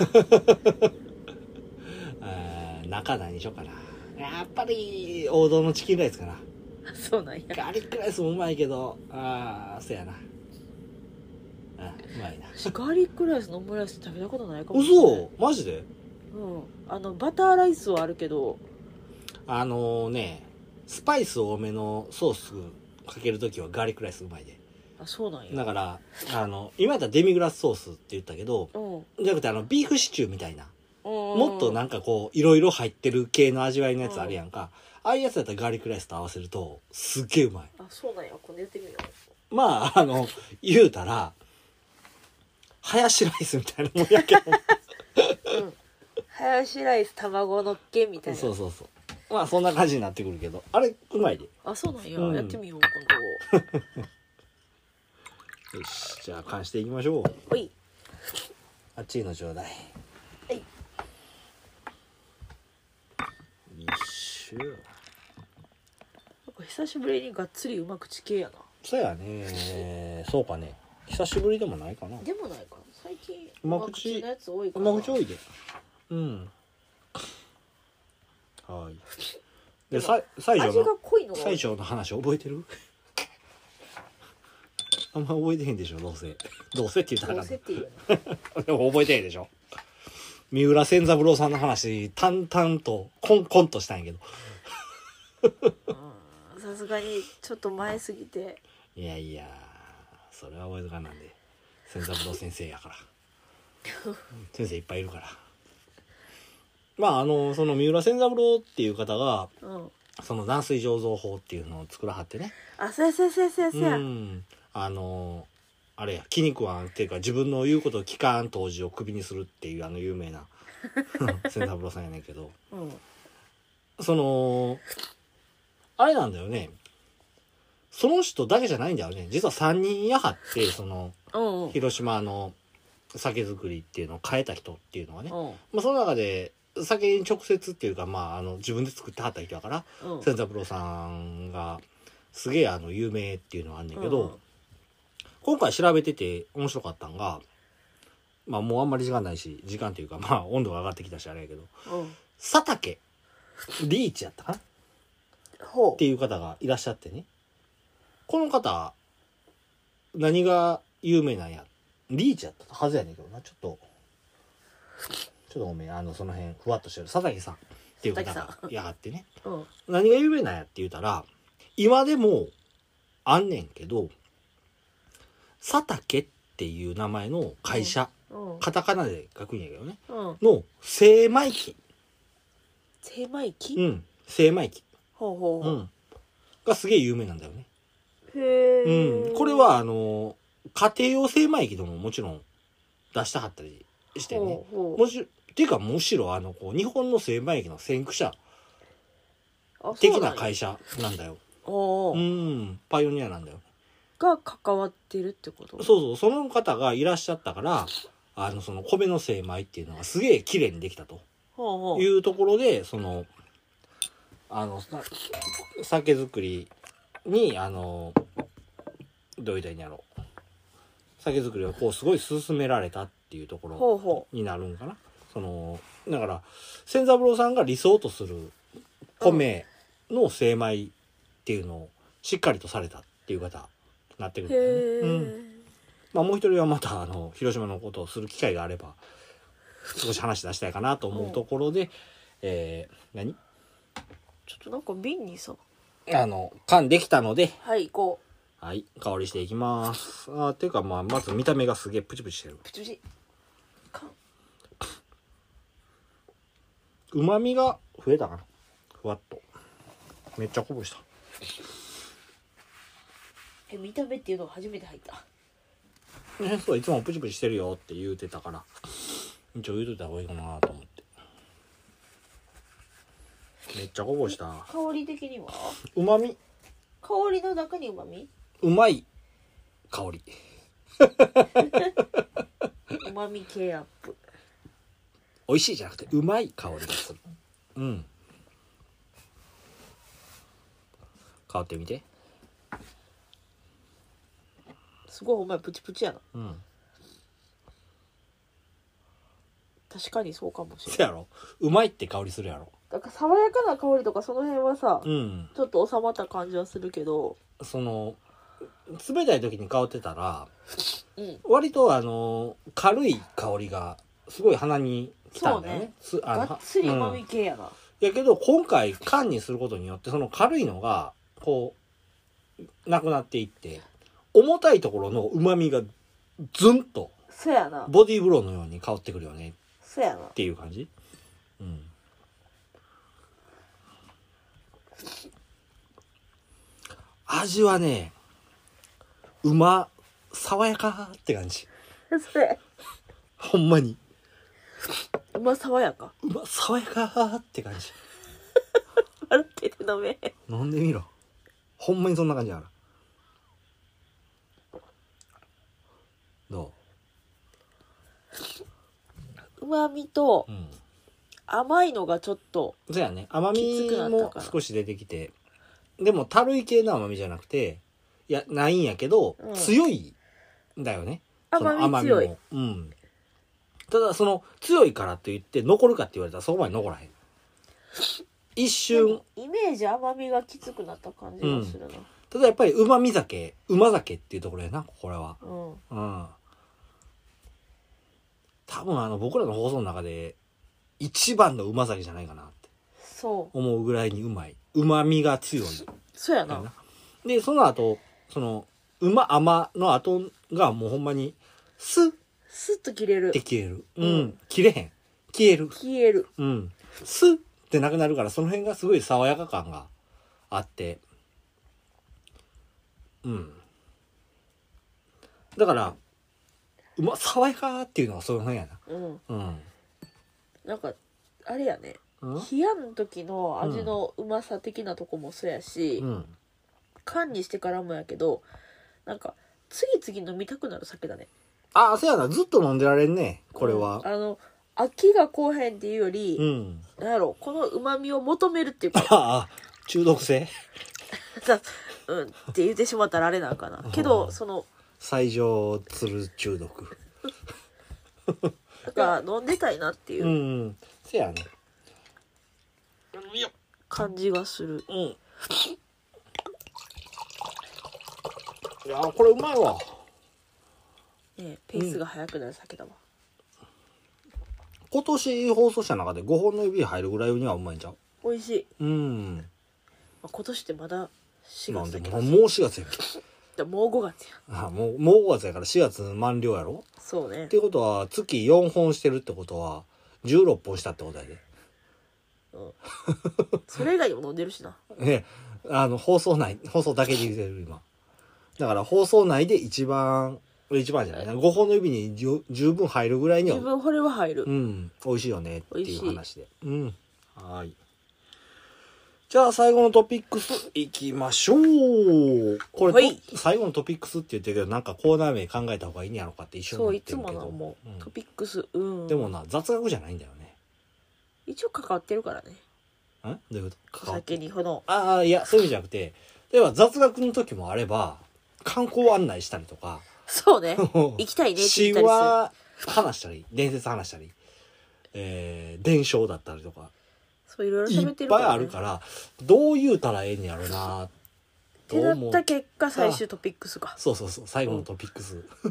あ、中何にしようかな。やっぱり王道のチキンライスかな。 そうなんや。 ガーリックライスもうまいけど、ああ、そうやな。あ、うまいな。 ガーリックライスのオムライス食べたことないかもしれない。嘘？マジで？ うん。あのバターライスはあるけど、 あのね、スパイス多めのソースかけるときはガーリックライスうまいで。 あ、そうなんや。 だからあの今やったらデミグラスソースって言ったけど、うん、じゃなくてあのビーフシチューみたいな、うん、もっとなんかこういろいろ入ってる系の味わいのやつあるやんか。うん、ああいうやつだったらガーリックライスと合わせるとすっげえうまい。 あ、そうなんや。これやってみよう。まああの言うたらハヤシライスみたいなもんやけど、 うん、ハヤシライス卵のっけみたいな。 そうそうそう、まあそんな感じになってくるけど、あれうまいで。 あ、そうなんや、うん、やってみよう今度よし、じゃあ缶していきましょう。 ほい、 あっちのちょうだい。 はい、よいしょ。 久しぶりにがっつりうま口系やな。 そうやね、そうかね、久しぶりでもないかな。 でもないかな、最近うま口のやつ多いかな。 うま口多いで。うん。はい。で、さ西条の西条の話覚えてる？あんま覚えてへんでしょ、どうせ。どうせって言ったら。 どうせって言うの。でも覚えてへんでしょ。三浦仙三郎さんの話淡々とコンコンとしたんやけど。 うんさすがにちょっと前すぎて。 いやいやそれは親塚なんで千三郎先生やから先生いっぱいいるから。まああのその三浦千三郎っていう方が、 うん、 その断水醸造法っていうのを作らはってね。 あ、そうやそうやそうやそうやそうや。 うん、あのあれや気に食わんっていうか自分の言うことを聞かん当時をクビにするっていうあの有名な千三郎さんやねんけど、 うん、 そのあれなんだよね。その人だけじゃないんだよね。実はさんにんやはってその、 うんうん、 広島の酒造りっていうのを変えた人っていうのはね、 うん、 まあ、その中で酒に直接っていうか、まあ、あの自分で作ってはった人だから、 うん、 千三郎さんがすげえあの有名っていうのはあんねんけど、うん、今回調べてて面白かったんが、まあもうあんまり時間ないし時間っていうかまあ温度が上がってきたしあれやけど、うん、佐竹リーチやったかなっていう方がいらっしゃってね。この方何が有名なんや、リーチやったはずやねんけどな。ちょっとちょっとごめん、あのその辺ふわっとしてる佐竹さんっていう方がやがってね、うん、何が有名なんやって言うたら今でもあんねんけど佐竹っていう名前の会社、うんうん、カタカナで書くんやけどね、うん、の精米機精米機うん精米機ほうほうほう、うん、がすげえ有名なんだよね。へー、うん、これはあの家庭用精米機でももちろん出したかったりしてね、ほうほう、もしっていうかむしろあのこう日本の精米機の先駆者的な会社なんだよ。うん、パイオニアなんだよ。 が関わってるってこと？ そうそう、その方がいらっしゃったからあのその米の精米っていうのがすげえ綺麗にできたというところで、そのあの酒造りにあのどういうたらいいんやろう、酒造りをこうすごい進められたっていうところになるんかな。ほうほう、そのだから千三郎さんが理想とする米の精米っていうのをしっかりとされたっていう方になってくるんだよね。うん、まあもう一人はまたあの広島のことをする機会があれば少し話出したいかなと思うところで、えー、何？ ちょっとなんか瓶にさあの缶できたので、 はい行こう。はい、香りしていきます。あーっていうかまあまず見た目がすげえプチプチしてる。 プチプチ。 うまみが増えたかな。ふわっと。めっちゃこぼした。 え、見た目っていうのが初めて入った。 ね、そういつもプチプチしてるよって言うてたから、一応言うといた方がいいかなと思って。めっちゃこぼした。 香り的には？ うまみ。 香りの中にうまみ？ うまい香り。 うまみ系アップ。 美味しいじゃなくてうまい香りがする。うん。香ってみて。 すごいお前プチプチやな。 うん。 確かにそうかもしれない。 そうやろ。うまいって香りするやろ。 だから爽やかな香りとかその辺はさ、 うん、 ちょっと収まった感じはするけど、 その冷たい時に香ってたら、 うん、 割とあの軽い香りがすごい鼻に来たんだよね。 そうね。がっつりうまみ系やな。うん、 やけど今回缶にすることによってその軽いのがこうなくなっていって、重たいところのうまみがズンとそうやな。 ボディーブローのように香ってくるよね。 そうやな。 っていう感じ。うん。味はね、うま爽やかって感じ。 それほんまにうま爽やか、 うま爽やかって感じ。 笑ってるのめ飲んでみろ。ほんまにそんな感じやな。どう？うまみと、 うん、 甘いのがちょっとそうやね。甘みも少し出てきて、でもたるい系の甘みじゃなくて、いやないんやけど、うん、強いんだよね。 甘み強い。 うん。ただその強いからといって残るかって言われたらそこまで残らへん。一瞬イメージ甘みがきつくなった感じがするな。うん、 ただやっぱりうまみ酒、うま酒っていうところやな、これは。うん。うん。多分あの僕らの放送の中で一番のうま酒じゃないかなって。 そう。 思うぐらいにうまい。うまみが強い。 そうやな。 でその後その馬甘の後がもうほんまにスッスッと切れるって消える。うん、 うん、 切れへん、消える、 消える。 うん、スッってなくなるから、その辺がすごい爽やか感があって、うん、だからうま爽やかっていうのはその辺やな。 うん、 うん、 なんかあれやね、 うん、 冷やの時の味のうまさ的なとこもそうやし、 うん、 缶にしてからもやけど、なんか次々飲みたくなる酒だね。 ああ、そうやな、ずっと飲んでられんねこれは。 うん、あの飽きがこうへんっていうより、 うん、 なんやろ、この旨味を求めるっていうか、 ああ、中毒性さ、うんって言ってしまったらあれなんかな。けどその最上つる中毒なんか飲んでたいなっていう、 うん、せやね感じがする。 うん。いやこれうまいわ。 ね、ペースが速くなる酒だわ。 今年放送した中でごほんの指入るぐらいにはうまいんちゃう。 美味しい。 うん。 まあ、今年ってまだしなんでがつだけど、 もうしがつやけだもうごがつや。 ど。あもうもうごがつやからしがつ満了やろ。 そうねっ。ていうことは月よんほんしてるってことはじゅうろっぽんしたってことやで。 うん、それ以外にも飲んでるしな。 ね、あの放送内放送だけで言ってる今。だから放送内で一番一番じゃないな、ごほんの指にじゅ十分入るぐらいには自分これは入る。 うん、美味しいよねっていう話で。うん。はい。じゃあ最後のトピックスいきましょう。これ、はい、最後のトピックスって言ってるけど、なんかコーナー名考えた方がいいんやろかって一緒にそう、 思っいつもてるけど。 のもう、 うん、 トピックス、うん。 でもな、雑学じゃないんだよね。 一応関わってるからね。 んどういうこと？ お酒にこの。 ああ、いや、そういう意味じゃなくて、例えば雑学の時もあれば、観光案内したりとか。 そうね。行きたいねって言ったりする。 神話話したり、伝説話したり、えー、伝承だったりとか。 そういろいろ喋ってるから、ね、 いっぱいあるからどう言うたらええんやろなと思ってなった結果最終トピックスか。 そうそうそう最後のトピックス、うん、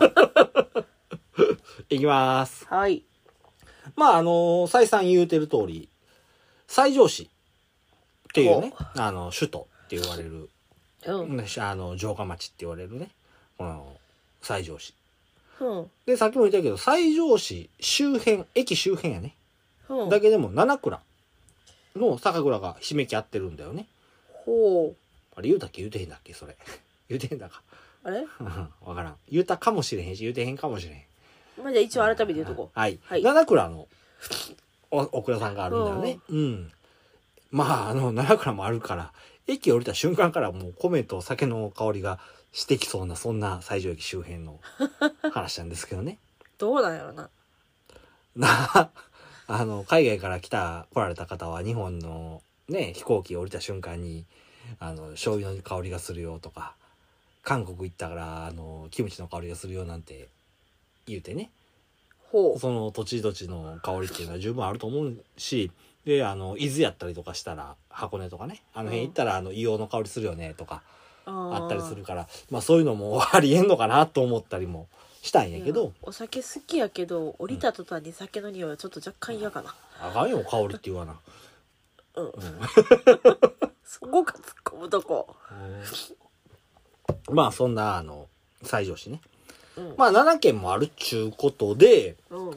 いきます。 はい。 まああの再三言うてる通り西条市っていうねあの首都って言われる、うん、あの城下町って言われるねこの西条市、うん、でさっきも言ったけど西条市周辺駅周辺やね、うん、だけでもなな蔵の酒蔵がひしめき合ってるんだよね。ほう。あれ言うたっけ言うてへんだっけそれ。言うてへんだか。 あれわからん。言うたかもしれへんし言うてへんかもしれへん。 まあじゃあ一応改めて言うとこう。 はい。はい、七蔵のおお蔵さんがあるんだよね。うん。うん、まああの七蔵もあるから駅降りた瞬間からもう米と酒の香りがしてきそうなそんな西条駅周辺の話なんですけどね。 どうなんやろな。 なあの海外から来た来られた方は日本のね飛行機降りた瞬間にあの醤油の香りがするよとか韓国行ったからあのキムチの香りがするよなんて言うてねほうその土地土地の香りっていうのは十分あると思うしであの伊豆やったりとかしたら箱根とかねあの辺行ったら、うん、あの硫黄の香りするよねとかあったりするからまあそういうのもありえんのかなと思ったりもしたんやけどお酒好きやけど降りた途端に酒の匂いはちょっと若干嫌かな、 うん、あかんよ香りって言わなうん、うん、そこが突っ込むとこ、 うん、まあそんなあの西条市ね、うん、まあななけんもあるっちゅうことで、うん、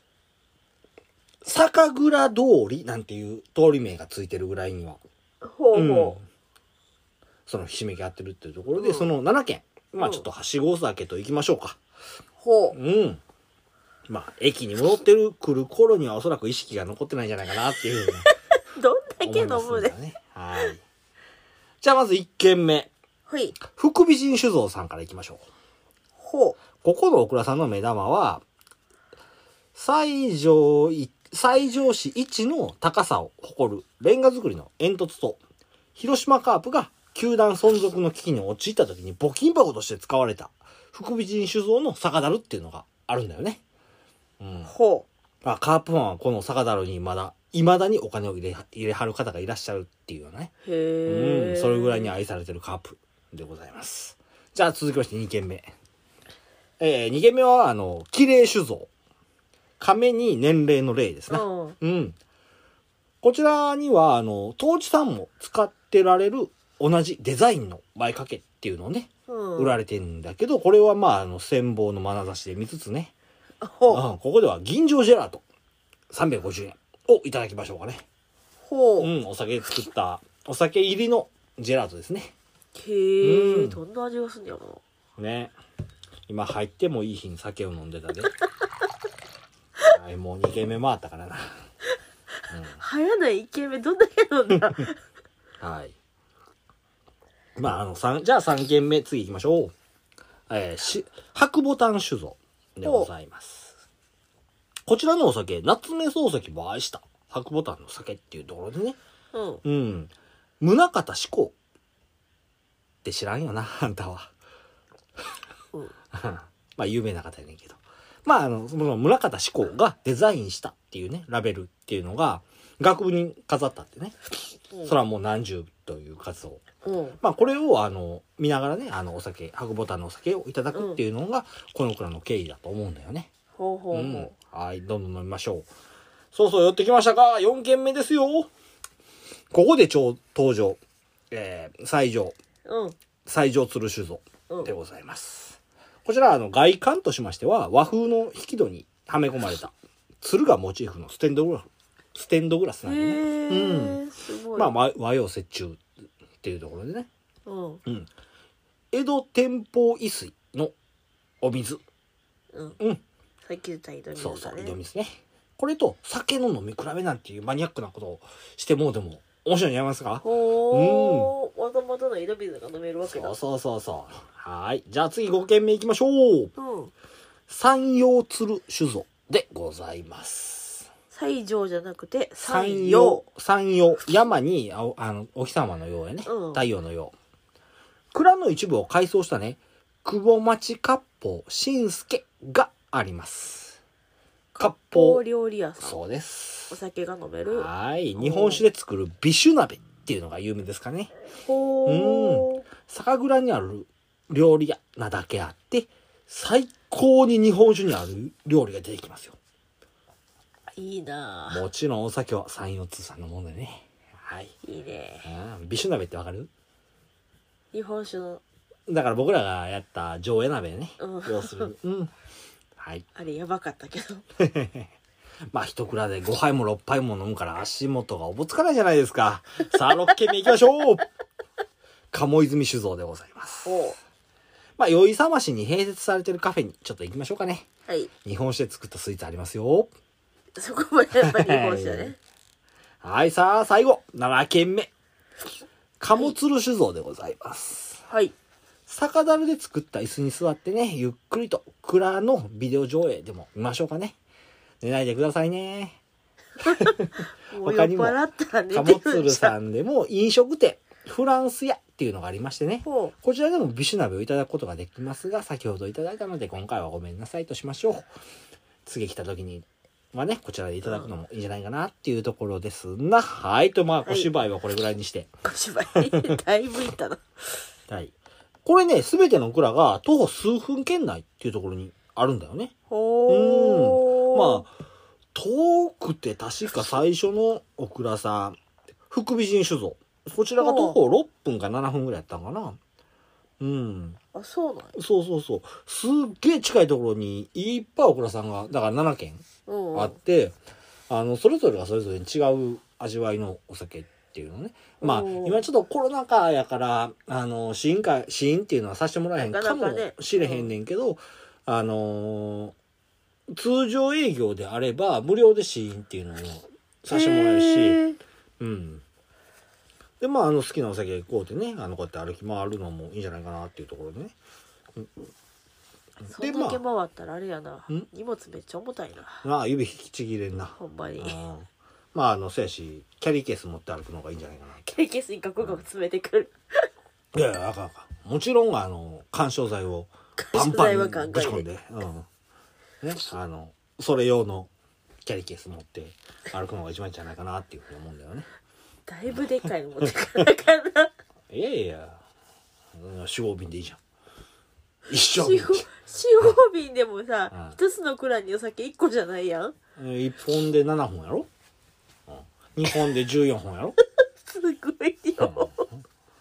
酒蔵通りなんていう通り名がついてるぐらいにはほうほう、うん、そのひしめき合ってるっていうところで、うん、そのななけんまあちょっとはしご酒といきましょうか。ほう。うん。まあ駅に戻ってる来る頃にはおそらく意識が残ってないんじゃないかなっていうふうにどんだけ飲むね。 ね。はい。じゃあまずいっけんめ。はい。福美人酒造さんからいきましょう。ほう。ここのオクラさんの目玉は西条西条市一の高さを誇るレンガ造りの煙突と広島カープが球団存続の危機に陥った時に募金箱として使われた福美人酒造の酒樽っていうのがあるんだよね。うん、ほう。まあ、カープファンはこの酒樽にまだ未だにお金を入れ入れはる方がいらっしゃるっていうよね。へえ。うん、それぐらいに愛されてるカープでございます。じゃあ続きましてにけんめ。えー、にけんめはあの綺麗酒造。亀に年齢の齢ですね。うん。こちらにはあの当地産も使ってられる同じデザインの前掛けっていうのをね、 うん、 売られてんだけど、これはまあ、あの、羨望の眼差しで見つつね、 ほう、 うん、ここでは銀醸ジェラートさんびゃくごじゅうえんをいただきましょうかね。 ほう。 うん、お酒で作った、お酒入りのジェラートですね。 へえ、 うん、 どんな味がすんだよな。ね。今入ってもいい日に酒を飲んでたで。はい、もうにけんめ回ったからな。うん、 早ないいっけんめどんだけ飲んだはい。まあ、あの、三じゃあさんけんめ次行きましょう。えー、し、白ボタン酒造でございます。こちらのお酒、夏目漱石も愛した白ボタンの酒っていうところでね。 うん。 うん。宗像志功って知らんよな、あんたは。 うん。 まあ、有名な方やねんけど。まあ、あの、その宗像志功がデザインしたっていうね、ラベルっていうのが、額部に飾ったってね。うん、それはもう何十という数を。うん、まあ、これを、あの、見ながらね、あの、お酒、白ボタンのお酒をいただくっていうのが、この蔵の経緯だと思うんだよね。 ほうほうほう。 うん、はい、どんどん飲みましょう。そうそう、寄ってきましたか ?よん 軒目ですよ。ここで超登場。えー、西条。うん。西条鶴酒造でございます。うん、こちら、あの、外観としましては、和風の引き戸にはめ込まれた、鶴がモチーフのステンドグラフ、ステンドグラスなんでね。うん。すごい。まあ、和洋折衷っていうところでね。うん。うん。江戸天保医水のお水。 うん。うん。さっき出た井戸水、ね。 そうそう、井戸水ね。これと酒の飲み比べなんていうマニアックなことをしてもうでも面白いんじゃないますか？ おー、うん。わざわざの井戸水が飲めるわけだ。 そうそうそうそう。はい。じゃあ次ご軒目行きましょう。うん。山陽鶴酒造でございます。 西条じゃなくて山陽。 山陽。山にああのお日様のようやね。うん、太陽のよう。蔵の一部を改装したね、久保町割烹新助があります。 割烹料理屋さん。 そうです。 お酒が飲める。 はい。日本酒で作る美酒鍋っていうのが有名ですかね。ほー。うん。酒蔵にある料理屋なだけあって、最高に日本酒にある料理が出てきますよ。 いいなぁ。もちろんお酒は三四通さんのものでね。はい。 いいね。 うん。美酒鍋ってわかる？ 日本酒の。 だから僕らがやった上映鍋ね。うん。要する。うん。はい。 あれやばかったけど。 まあ一蔵でごはいもろっぱいも飲むから足元がおぼつかないじゃないですか。さあろっ軒目行きましょう。鴨泉酒造でございます。まあ酔いさましに併設されてるカフェにちょっと行きましょうかね。はい。日本酒で作ったスイーツありますよ。 そこもやっぱり日本酒だね。 はい、さあ最後なな軒目。鴨鶴酒造でございます。はい。酒樽で作った椅子に座ってね、ゆっくりと蔵のビデオ上映でも見ましょうかね。寝ないでくださいね。他にも、鴨鶴さんでも飲食店、フランス屋っていうのがありましてね。こちらでも美酒鍋をいただくことができますが、先ほどいただいたので今回はごめんなさいとしましょう。次来た時にはね、こちらでいただくのもいいんじゃないかなっていうところですな。はい。と、まあ、小芝居はこれぐらいにして。 小芝居だいぶいったな。 はい。これね、すべての蔵が徒歩数分圏内っていうところにあるんだよね。ほー。うん。まあ、遠くて確か最初のお蔵さん、福美人酒造。こちらが徒歩ろっぷんかななふんぐらいやったんかな。うん。 あ、そうなんや。 そうそうそう。すっげえ近いところにいっぱいお蔵さんが、だからなな軒あって、あの、それぞれがそれぞれに違う味わいのお酒っていうのね。まあ、今ちょっとコロナ禍やから、あの、試飲会、試飲っていうのはさせてもらえへんかもしれへんねんけど、あのー、通常営業であれば、無料で試飲っていうのをさせてもらえるし、うん。で、まあ、あの、好きなお酒こうってね、あの、こうやって歩き回るのもいいんじゃないかなっていうところでね。うん、 そんだけ回ったらあれやな。荷物めっちゃ重たいな。 ああ、指引きちぎれんな。 ほんまに。 まあ、あの、そうやし、キャリーケース持って歩くのがいいんじゃないかな。 キャリーケースにガクガク詰めてくる。 いやいや、あかんあかん。もちろん、あの、緩衝材をパンパンにぶち込んで。うん。ね、あの、それ用のキャリーケース持って歩くのが一番いいんじゃないかなっていうふうに思うんだよね。 だいぶでかいの持ってかなかな。 いやいや、四合瓶でいいじゃん。一生瓶。四合瓶でもさ、一、うん、つの蔵にお酒一個じゃないやん。 一本で七本やろ。二本で十四本やろ。 すごいよ。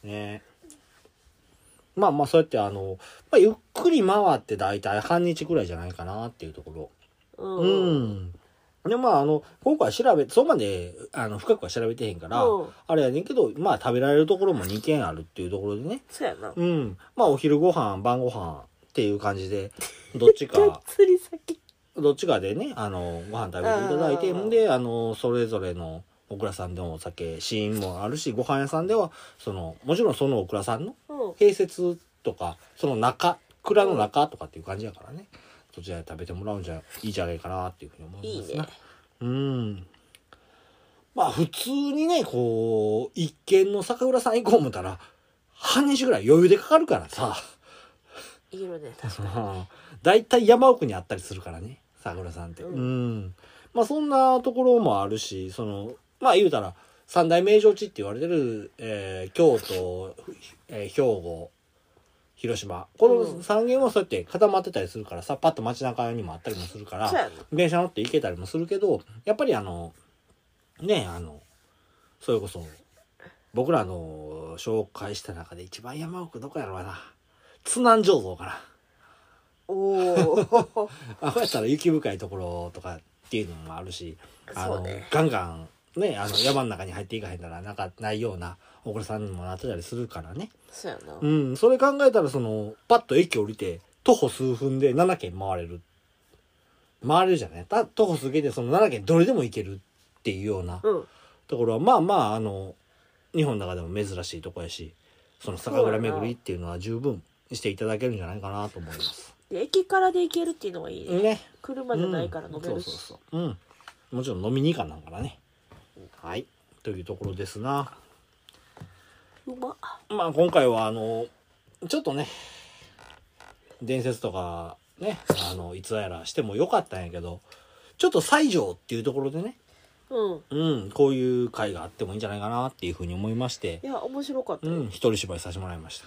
ね。まあまあそうやってあの、まあ、ゆっくり回ってだいたい半日ぐらいじゃないかなっていうところ。 うん。 うんでまああの今回調べそこまであの深くは調べてへんから、 うん、 あれやねんけどまあ食べられるところもにけんあるっていうところでね。 そうやな。 うんまあお昼ご飯晩ご飯っていう感じでどっちか釣り先どっちかでねあのご飯食べていただいてんであのそれぞれのオクラさんでもお酒試飲もあるしご飯屋さんではそのもちろんそのオクラさんの併設とかその中蔵の中とかっていう感じやからね、そちらで食べてもらうんじゃいいじゃないかなっていうふうに思いますね。いいね。うんまあ普通にねこう一軒の酒蔵さん行こう思ったら半日ぐらい余裕でかかるからさいるね確かにだいたい山奥にあったりするからね酒蔵さんって、うん、うんまあそんなところもあるしそのまあ言うたら三大名城地って言われてる、えー、京都、えー、兵庫広島このさん軒はそうやって固まってたりするからさパッと街中にもあったりもするから電車乗って行けたりもするけどやっぱりあのねあのそれこそ僕らの紹介した中で一番山奥どこやろうな津南醸造かな。 おおあこうやったら雪深いところとかっていうのもあるしあの、ね、ガンガンねあの山の中に入っていかへんならなんかないようなお子さんにもなってたりするからね。 そうやな。 うんそれ考えたらそのパッと駅降りて徒歩数分でななけん回れる回れるじゃないた徒歩過ぎてそのななけんどれでも行けるっていうようなところは、うん、まあまああの日本の中でも珍しいとこやしその酒蔵巡りっていうのは十分していただけるんじゃないかなと思います。 で駅からで行けるっていうのはいいね。ね車じゃないから飲めるし、 うん、そうそうそう、うん、もちろん飲みに行かなんからね、うん、はいというところですな。 うままあ今回はあのちょっとね伝説とかねあの逸話やらしてもよかったんやけどちょっと西条っていうところでねうん、うん、こういう会があってもいいんじゃないかなっていうふうに思いましていや面白かった、 うん、一人芝居させてもらいました、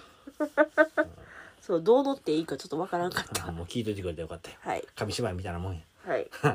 うん、そうどう乗っていいかちょっとわからんかったもう聞いといてくれてよかったよ、 はい、 紙芝居みたいなもんやはい、 はい、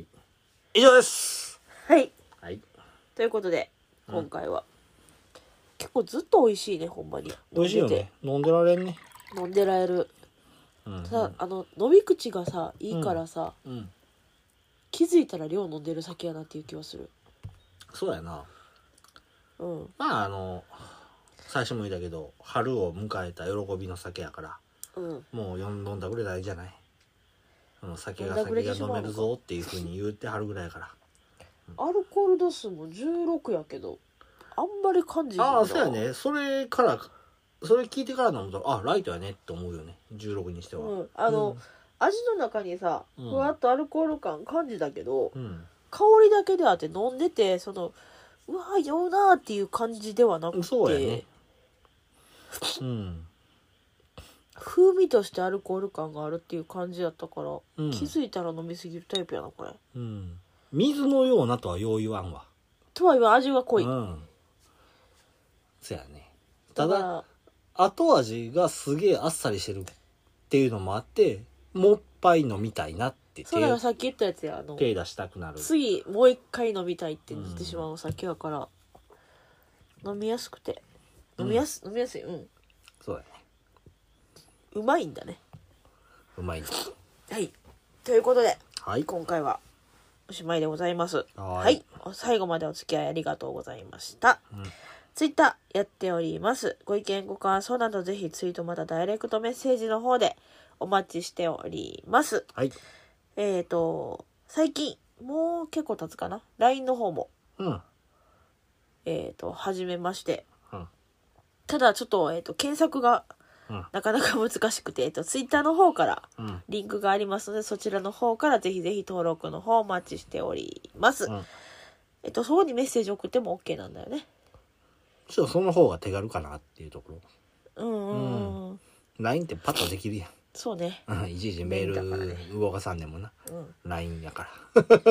以上ですはい、 はい、 ということで今回は、うん、結構ずっと美味しいねほんまに美味しいよね飲んでられんね飲んでられる、うんうん、ただあの飲み口がさいいからさ、うんうん気づいたら量飲んでる酒やなっていう気はする。 そうやな。 うん。 まああの最初も言ったけど春を迎えた喜びの酒やから、うん、もう飲んだぐらいじゃない。その酒が酒が飲めるぞっていう風に言ってはるぐらいやから。 うん、アルコール度数もじゅうろくやけどあんまり感じないな。 ああそうやね。それからそれ聞いてから飲むとあライトやねって思うよね。じゅうろくにしては。 うん、あの。うん味の中にさふわっとアルコール感感じたけど、うん、香りだけであって飲んでてそのうわー酔うなーっていう感じではなくてそうやね、うん、風味としてアルコール感があるっていう感じだったから、うん、気づいたら飲みすぎるタイプやなこれ、 うん、水のようなとはよう言わんわとは言わん味が濃い、 うん、そやねただ後味がすげえあっさりしてるっていうのもあってもう一杯飲みたいなってそうだからさっき言ったやつやあの手出したくなる次もう一回飲みたいって言ってしまうお酒やから、うん、飲みやすくて飲みやす、うん、飲みやすいうんそうだねうまいんだねうまいんだはいということで、 はい、 今回はおしまいでございます。 はい、 はい、最後までお付き合いありがとうございました、うん、ツイッターやっております。ご意見ご感想などぜひツイートまたダイレクトメッセージの方でお待ちしております。 はい。 えっと、最近、もう結構経つかな ?ライン の方も、 うん、 えっと、始めまして。 うん、 ただ、ちょっと、えっと、検索が、うん、なかなか難しくて、えっと、Twitter の方からリンクがありますので、うん、そちらの方からぜひぜひ登録の方お待ちしております。うん、えっと、そこにメッセージ送っても OK なんだよね。 ちょっとその方が手軽かなっていうところ。うんうんうん。 ライン ってパッとできるやん。 そうね。 いちいちメール動かさんでもな、うん、ライン やから。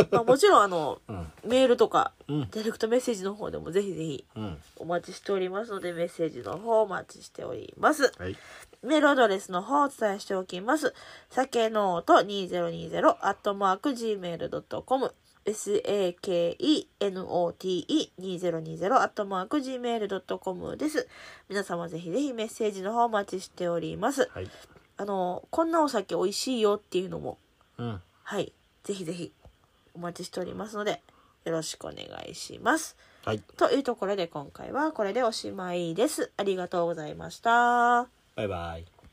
まあもちろんあの、うん、メールとか、うん、ダイレクトメッセージの方でもぜひぜひお待ちしておりますので、メッセージの方お待ちしております。 はい、 メールアドレスの方をお伝えしておきます。酒ノートにせんにじゅうアットマークジーメールドットコムサケノトにせんにじゅう アットマーク ジーメール ドットコム です。皆様ぜひぜひメッセージの方お待ちしております。 はい、 あのこんなお酒美味しいよっていうのも、 うん、 はいぜひぜひお待ちしておりますのでよろしくお願いします。 はい、 というところで今回はこれでおしまいです。ありがとうございました。 バイバイ。